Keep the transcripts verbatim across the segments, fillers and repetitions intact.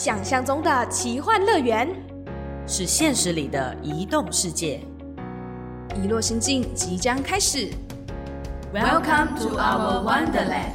想象中的奇幻乐园， 是现实里的移动世界。 遗落心境即将开始。 Welcome to our Wonderland。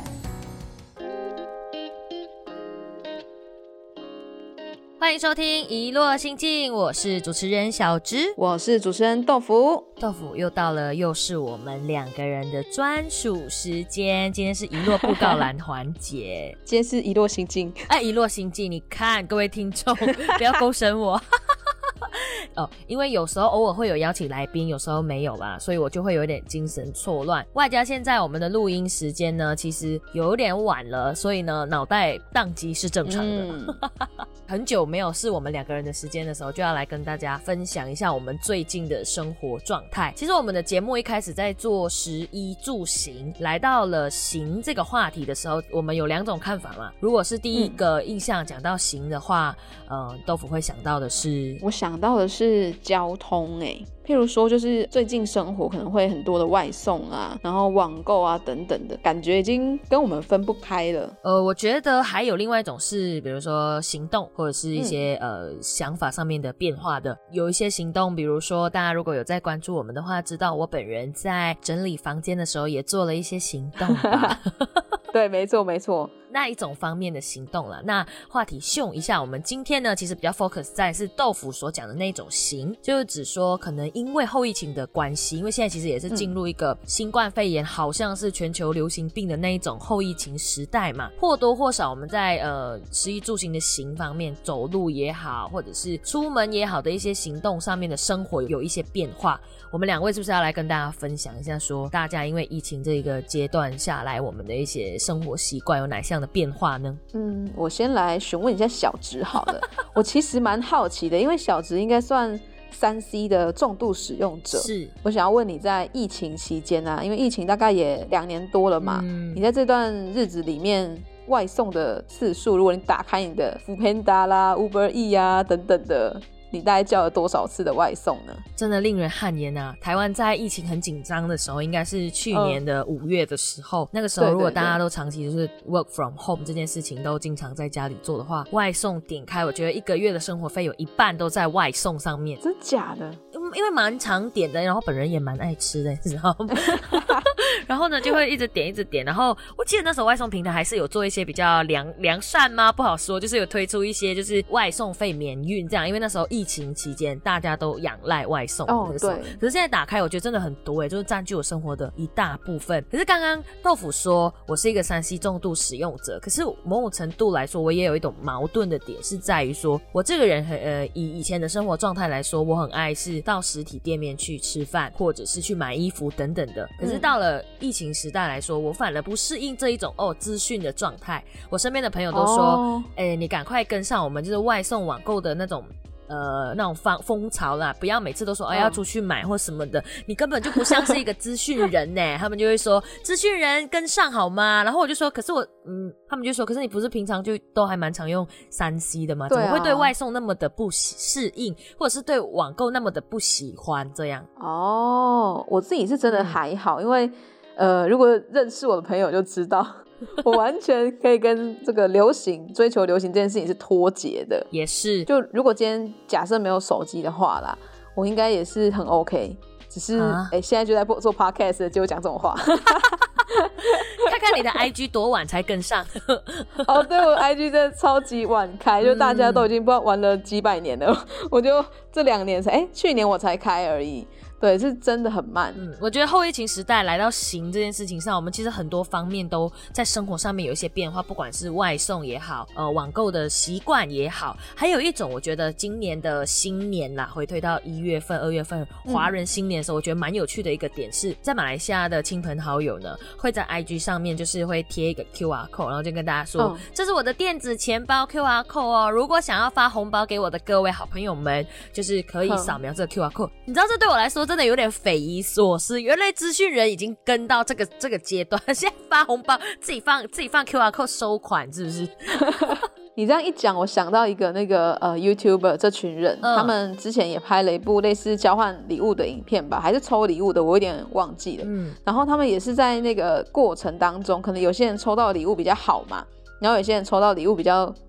欢迎收听《遗落心境》，我是主持人小芝， 我是主持人豆腐。 豆腐又到了，又是我们两个人的专属时间。今天是遗落布告栏环节， 今天是遗落心境。 哎，遗落心境，你看各位听众，不要勾绳我。哦，因为有时候偶尔会有邀请来宾，有时候没有啦，所以我就会有点精神错乱。外加现在我们的录音时间呢，其实有点晚了，所以呢，脑袋宕机是正常的。嗯、很久没有是我们两个人的时间的时候，就要来跟大家分享一下我们最近的生活状态。其实我们的节目一开始在做食衣住行，来到了行这个话题的时候，我们有两种看法嘛。如果是第一个印象讲到行的话，嗯、呃，豆腐会想到的是， 我想到的是交通欸，譬如说就是最近生活可能会很多的外送啊，然后网购啊等等的，感觉已经跟我们分不开了。 呃，我觉得还有另外一种是，比如说行动或者是一些、嗯、呃想法上面的变化的。有一些行动，比如说大家如果有在关注我们的话，知道我本人在整理房间的时候也做了一些行动吧。 对，没错没错， 那一种方面的行动啦。那话题秀一下，我们今天呢其实比较 focus 在是豆腐所讲的那种行，就是指说可能因为后疫情的关系，因为现在其实也是进入一个新冠肺炎好像是全球流行病的那一种后疫情时代嘛，或多或少我们在呃食衣住行的行方面，走路也好或者是出门也好的一些行动上面的生活有一些变化。我们两位是不是要来跟大家分享一下，说大家因为疫情这一个阶段下来，我们的一些生活习惯有哪项的变化呢？ 嗯，我先来询问一下小植好了。我其实蛮好奇的，因为小植应该算三 C 的重度使用者， 是我想要问你在疫情期间啊，因为疫情大概也两年多了嘛、嗯、你在这段日子里面外送的次数，如果你打开你的 Foodpanda 啦 Uber Eats 啊等等的，你大概叫了多少次的外送呢？ 真的令人汗颜啊！台湾在疫情很紧张的时候，应该是去年的五月的时候、嗯、那个时候如果大家都长期就是 work from home 这件事情都经常在家里做的话，外送点开我觉得一个月的生活费有一半都在外送上面。 真假的？ 因为蛮常点的，然后本人也蛮爱吃的，你知道吗？然后呢就会一直点一直点，然后我记得那时候外送平台还是有做一些比较良良善吗？不好说，就是有推出一些就是外送费免运这样，因为那时候疫情期间大家都仰赖外送。 哦，对。 可是现在打开我觉得真的很多耶，就是占据我生活的一大部分。可是刚刚豆腐说我是一个 三 C 重度使用者，可是某种程度来说我也有一种矛盾的点，是在于说我这个人很呃以以前的生活状态来说，我很爱是到实体店面去吃饭或者是去买衣服等等的。可是到了疫情时代来说，我反而不适应这一种哦资讯的状态。我身边的朋友都说哦、 欸、你赶快跟上我们就是外送网购的那种呃，那种风风潮啦，不要每次都说哎、哦、要出去买或什么的，你根本就不像是一个资讯人呢。他们就会说资讯人跟上好吗？然后我就说，可是我嗯，他们就说，可是你不是平常就都还蛮常用三 C 的吗？怎么会对外送那么的不适应，或者是对网购那么的不喜欢这样？ 哦，我自己是真的还好，嗯、因为呃，如果认识我的朋友就知道。我完全可以跟这个流行追求流行这件事情是脱节的。 也是， 就如果今天假设没有手机的话啦，我应该也是很 OK， 只是哎、啊欸，现在就在做 podcast 的结果讲这种话。 看看你的 I G 多晚才跟上。 哦，对，我 I G 真的超级晚开，就大家都已经不知道玩了几百年了，嗯、我就这两年才哎、欸，去年我才开而已。对，是真的很慢。 嗯，我觉得后疫情时代来到行这件事情上，我们其实很多方面都在生活上面有一些变化，不管是外送也好，呃，网购的习惯也好，还有一种我觉得今年的新年啦，回推到一月份、二月份华人新年的时候，嗯、我觉得蛮有趣的一个点是，在马来西亚的亲朋好友呢，会在 I G 上面就是会贴一个 Q R code， 然后就跟大家说，嗯、这是我的电子钱包 Q R code 哦，如果想要发红包给我的各位好朋友们，就是可以扫描这个 Q R code。你知道这对我来说真的有点匪夷所思，原来资讯人已经跟到这个这个阶段，现在发红包自己放自己放 Q R code 收款，是不是？ 你这样一讲，我想到一个那个呃 YouTuber 这群人、嗯，他们之前也拍了一部类似交换礼物的影片吧，还是抽礼物的，我有点忘记了。嗯，然后他们也是在那个过程当中，可能有些人抽到的礼物比较好嘛，然后有些人抽到礼物比较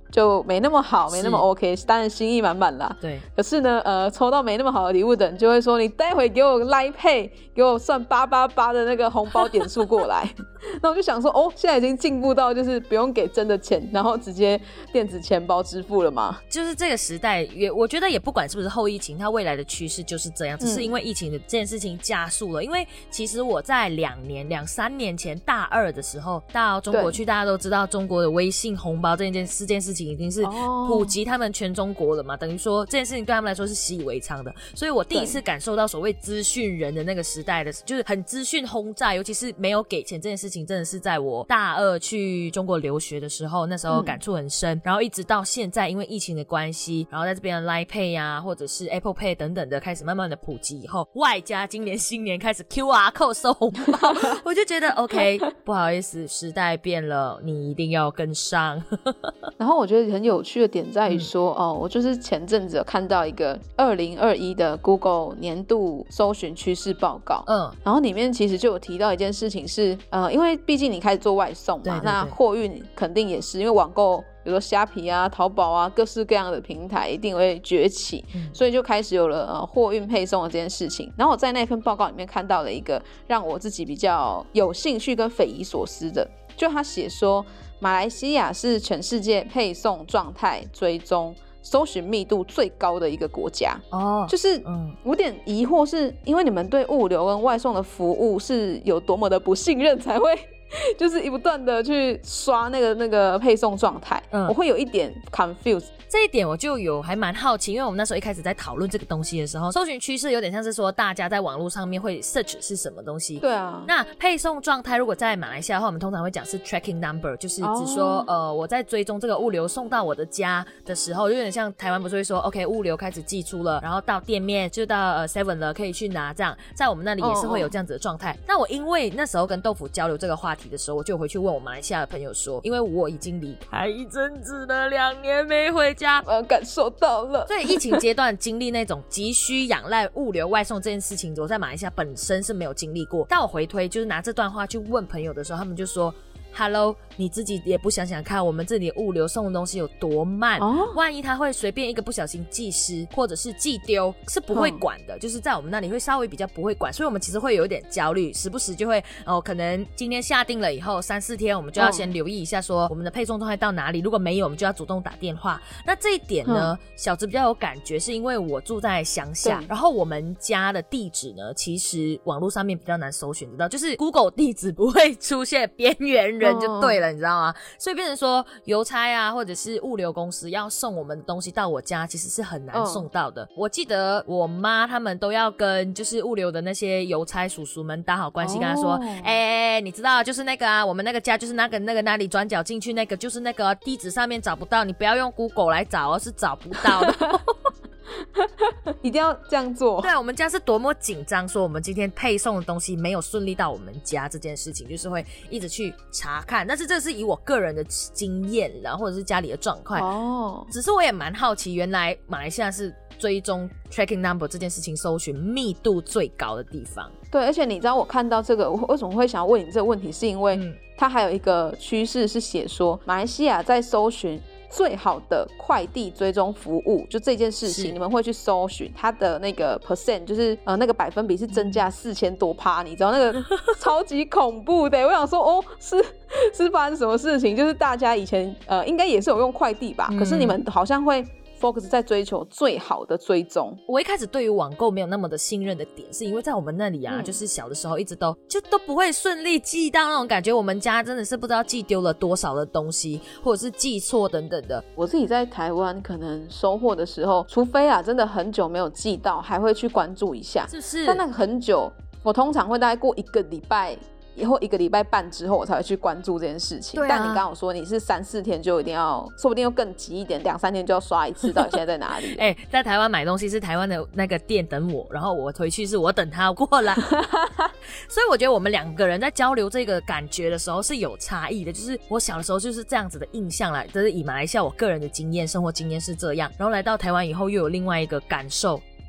就没那么好，没那么 OK， 当然心意满满啦。 对， 可是呢，呃，抽到没那么好的礼物的人就会说，你待会给我 Line Pay， 给我算八八八的那个红包点数过来。那我就想说，哦，现在已经进步到就是不用给真的钱，然后直接电子钱包支付了吗？ 就是这个时代也，我觉得也不管是不是后疫情，它未来的趋势就是这样，只是因为疫情的这件事情加速了。嗯、因为其实我在两年、两三年前大二的时候到中国去，大家都知道中国的微信红包这件事件事情已经是普及他们全中国了嘛，哦、等于说这件事情对他们来说是习以为常的。所以我第一次感受到所谓资讯人的那个时代的，就是很资讯轰炸，尤其是没有给钱这件事情，真的是在我大二去中国留学的时候，那时候感触很深。嗯、然后一直到现在，因为疫情的关系，然后在这边的 Line Pay 啊，或者是 Apple Pay 等等的开始慢慢的普及以后，外加今年新年开始 Q R code 收红包，我就觉得 OK， 不好意思，时代变了，你一定要跟上。 然后我觉得很有趣的点在于说，嗯、哦，我就是前阵子有看到一个二零二一的 Google 年度搜寻趋势报告，嗯，然后里面其实就有提到一件事情是，呃，因为毕竟你开始做外送嘛，对对对，那货运肯定也是，因为网购比如说虾皮啊、淘宝啊，各式各样的平台一定会崛起，嗯、所以就开始有了呃货运配送的这件事情。然后我在那份报告里面看到了一个让我自己比较有兴趣跟匪夷所思的，就他写说马来西亚是全世界配送状态追踪搜寻密度最高的一个国家哦，就是我有点疑惑，是因为你们对物流跟外送的服务是有多么的不信任才会就是一不断的去刷那个那个配送状态，嗯，我会有一点 confused。 这一点我就有还蛮好奇，因为我们那时候一开始在讨论这个东西的时候，搜寻趋势有点像是说大家在网络上面会 search 是什么东西。 对啊。 那配送状态如果在马来西亚的话，我们通常会讲是 tracking number， 就是指说、哦、呃我在追踪这个物流送到我的家的时候，就有点像台湾不是会说 OK 物流开始寄出了，然后到店面就到呃 seven 了，可以去拿，这样在我们那里也是会有这样子的状态。哦、那我因为那时候跟豆腐交流这个话题的时候，我就回去问我马来西亚的朋友说，因为我已经离开一阵子了，两年没回家， 我感受到了。 所以疫情阶段经历那种急需仰赖物流外送这件事情，我在马来西亚本身是没有经历过。但我回推就是拿这段话去问朋友的时候，他们就说Hello， 你自己也不想想看，我们这里物流送的东西有多慢、哦、万一他会随便一个不小心寄失或者是寄丢，是不会管的、嗯、就是在我们那里会稍微比较不会管，所以我们其实会有一点焦虑，时不时就会哦，可能今天下定了以后三四天我们就要先留意一下说我们的配送状态到哪里，如果没有我们就要主动打电话。那这一点呢、嗯、小子比较有感觉，是因为我住在乡下，然后我们家的地址呢其实网络上面比较难搜寻得到，就是 Google 地址不会出现边缘人就对了、嗯、你知道吗？所以变成说邮差啊或者是物流公司要送我们的东西到我家其实是很难送到的、哦、我记得我妈他们都要跟就是物流的那些邮差叔叔们打好关系、哦、跟他说哎哎哎，你知道就是那个啊，我们那个家就是那个那个哪里转角进去那个就是那个地址上面找不到，你不要用 Google 来找哦，是找不到的一定要这样做。 对，我们家是多么紧张说我们今天配送的东西没有顺利到我们家这件事情，就是会一直去查看，但是这是以我个人的经验然后或者是家里的状况哦。只是我也蛮好奇，原来马来西亚是追踪 tracking number 这件事情搜寻密度最高的地方。 对，而且你知道我看到这个我为什么会想要问你这个问题，是因为它还有一个趋势是写说马来西亚在搜寻最好的快递追踪服务，就这件事情你们会去搜寻它的那个 percent， 就是呃那个百分比是增加四千多趴，你知道那个超级恐怖的。我想说哦，是是发生什么事情？就是大家以前呃应该也是有用快递吧、嗯、可是你们好像会focus 在追求最好的追踪。 我一开始对于网购没有那么的信任的点，是因为在我们那里啊、嗯、就是小的时候一直都就都不会顺利寄到那种感觉，我们家真的是不知道寄丢了多少的东西，或者是寄错等等的。 我自己在台湾可能收货的时候，除非啊真的很久没有寄到，还会去关注一下， 是不是？ 但那个很久，我通常会大概过一个礼拜以后一个礼拜半之后我才会去关注这件事情、啊、但你刚刚有说你是三四天就一定要，说不定又更急一点，两三天就要刷一次到底现在在哪里哎、欸，在台湾买东西是台湾的那个店等我，然后我回去是我等他过来所以我觉得我们两个人在交流这个感觉的时候是有差异的，就是我小的时候就是这样子的印象啦，就是以马来西亚我个人的经验生活经验是这样，然后来到台湾以后又有另外一个感受，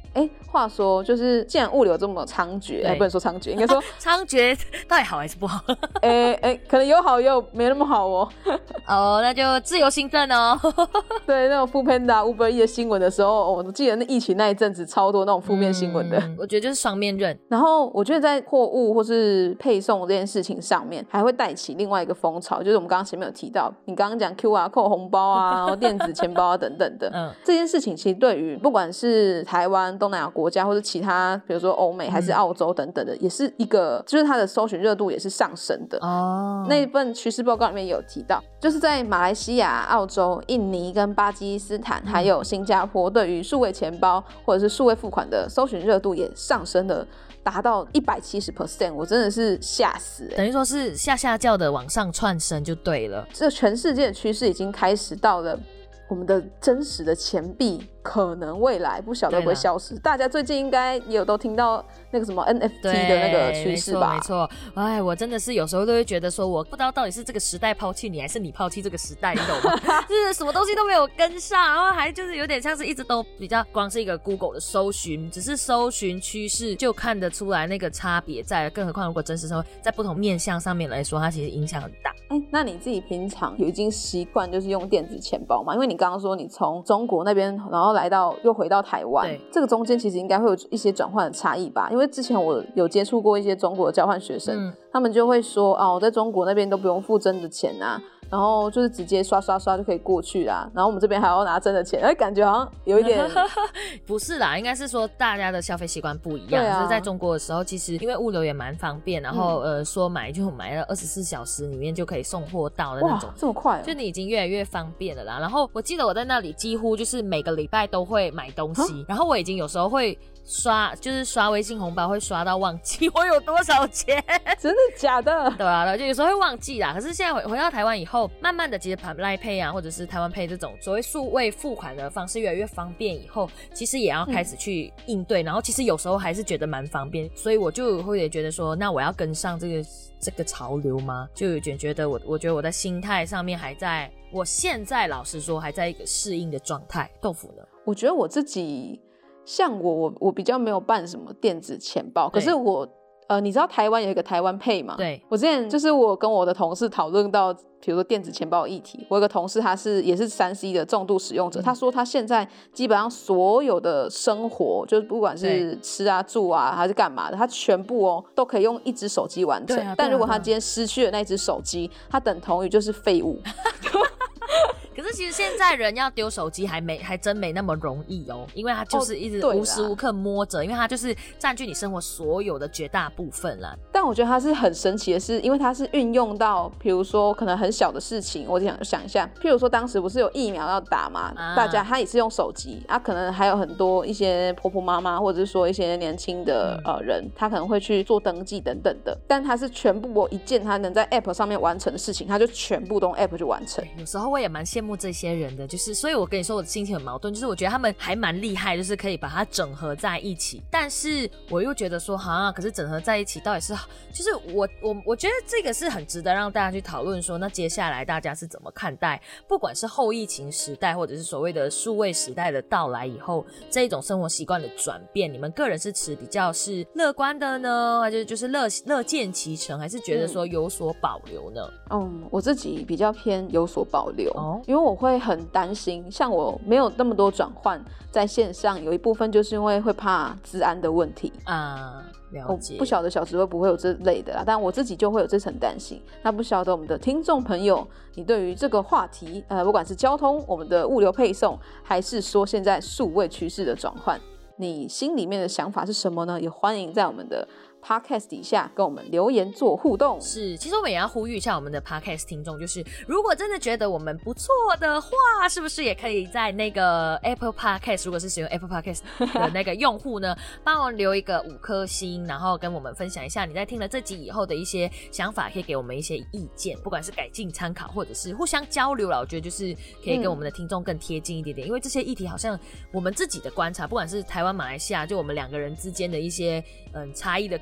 哎，话说就是既然物流这么猖獗，哎，不能说猖獗，应该说猖獗到底好还是不好？ 哎哎，可能有好也有没那么好哦。 哦，那就自由行政哦。 对，那种 Foodpanda、Uber E 的新闻的时候，哦，我记得那疫情那一阵子超多那种负面新闻的。 嗯，我觉得就是双面刃。 然后我觉得在货物或是配送这件事情上面，还会带起另外一个风潮，就是我们刚刚前面有提到，你刚刚讲 Q R code 红包啊，然后电子钱包啊等等的。嗯，这件事情其实对于不管是台湾、东南亚国家，或是其他比如说欧美还是澳洲等等的，嗯，也是一个就是它的搜寻热度也是上升的。哦，那一份趋势报告里面也有提到，就是在马来西亚、澳洲、印尼跟巴基斯坦还有新加坡，对于数位钱包或者是数位付款的搜寻热度也上升了，达到 百分之一百七十， 我真的是吓死、欸、 等于说是下下叫的往上窜升就对了。 这全世界的趋势已经开始到了我们的真实的钱币可能未来不晓得会不会消失。大家最近应该也有都听到那个什么 N F T 的那个趋势吧？ 没错，哎，我真的是有时候都会觉得说，我不知道到底是这个时代抛弃你，还是你抛弃这个时代，你懂吗？就是什么东西都没有跟上，然后还就是有点像是一直都比较光是一个 Google 的搜寻，只是搜寻趋势就看得出来那个差别在了。更何况如果真实生活在不同面向上面来说，它其实影响很大。 哎，那你自己平常有已经习惯就是用电子钱包吗？因为你刚刚说你从中国那边，然后来到又回到台湾，这个中间其实应该会有一些转换的差异吧？因为之前我有接触过一些中国的交换学生，嗯，他们就会说哦，我在中国那边都不用付真的钱啊，然后就是直接刷刷刷就可以过去啦，然后我们这边还要拿真的钱，哎，感觉好像有一点不是啦，应该是说大家的消费习惯不一样。啊，就是在中国的时候，其实因为物流也蛮方便，然后、嗯、呃说买就买了二十四小时里面就可以送货到的那种， 哇，这么快、哦， 就你已经越来越方便了啦。然后我记得我在那里几乎就是每个礼拜都会买东西，然后我已经有时候会刷，就是刷微信红包会刷到忘记我有多少钱。 真的假的？ 对啊，就有时候会忘记啦。可是现在 回, 回到台湾以后，慢慢的其实 Line Pay 啊，或者是台湾 Pay 这种所谓数位付款的方式越来越方便以后，其实也要开始去应对、嗯、然后其实有时候还是觉得蛮方便，所以我就会觉得说，那我要跟上这个这个潮流吗？就有点觉得我我觉得我在心态上面还在，我现在老实说还在一个适应的状态。豆腐呢？ 我觉得我自己像我我我比较没有办什么电子钱包，可是我呃，你知道台湾有一个台湾 Pay 吗？ 对， 我之前就是我跟我的同事讨论到，比如说电子钱包的议题，我有个同事他是也是 三 C 的重度使用者、嗯、他说他现在基本上所有的生活，就是不管是吃啊住啊还是干嘛的，他全部哦都可以用一只手机完成、啊啊、但如果他今天失去了那只手机，他等同于就是废物。 可是其实现在人要丢手机还没还真没那么容易哦，因为它就是一直无时无刻摸着、哦、因为它就是占据你生活所有的绝大部分啦。 但我觉得它是很神奇的是，因为它是运用到比如说可能很小的事情，我想想一下，譬如说当时不是有疫苗要打嘛、啊、大家他也是用手机啊，可能还有很多一些婆婆妈妈或者是说一些年轻的、嗯、呃人，他可能会去做登记等等的，但他是全部我一件他能在 App 上面完成的事情，他就全部都用 App 去完成。 有时候我也蛮羡慕这些人的，就是所以我跟你说我的心情很矛盾，就是我觉得他们还蛮厉害，就是可以把它整合在一起，但是我又觉得说哈，可是整合在一起到底是就是我我我觉得这个是很值得让大家去讨论说，那接下来大家是怎么看待不管是后疫情时代或者是所谓的数位时代的到来以后这一种生活习惯的转变，你们个人是持比较是乐观的呢，还是就是乐乐见其成，还是觉得说有所保留呢？ 嗯，我自己比较偏有所保留、哦、因为我会很担心，像我没有那么多转换在线上，有一部分就是因为会怕治安的问题啊。了解，我不晓得小时会不会有这类的啦，但我自己就会有这层担心。那不晓得我们的听众朋友，你对于这个话题，呃，不管是交通、我们的物流配送，还是说现在数位趋势的转换，你心里面的想法是什么呢？也欢迎在我们的Podcast 底下跟我们留言做互动。 是，其实我们也要呼吁一下我们的 Podcast 听众，就是如果真的觉得我们不错的话，是不是也可以在那个 Apple Podcast， 如果是使用 Apple Podcast 的那个用户呢，帮我留一个五颗星，然后跟我们分享一下你在听了这集以后的一些想法，可以给我们一些意见，不管是改进参考或者是互相交流啦，我觉得就是可以跟我们的听众更贴近一点点、嗯、因为这些议题好像我们自己的观察，不管是台湾马来西亚，就我们两个人之间的一些嗯差异的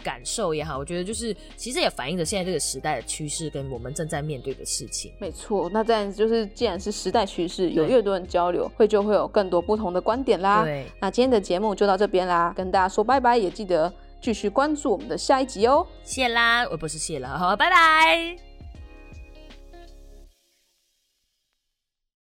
感受也好，我觉得就是其实也反映着现在这个时代的趋势跟我们正在面对的事情。 没错，那这样就是既然是时代趋势，有越多人交流，会就会有更多不同的观点啦。 对， 那今天的节目就到这边啦，跟大家说拜拜，也记得继续关注我们的下一集哦。 谢啦，我不是谢了，好，拜拜。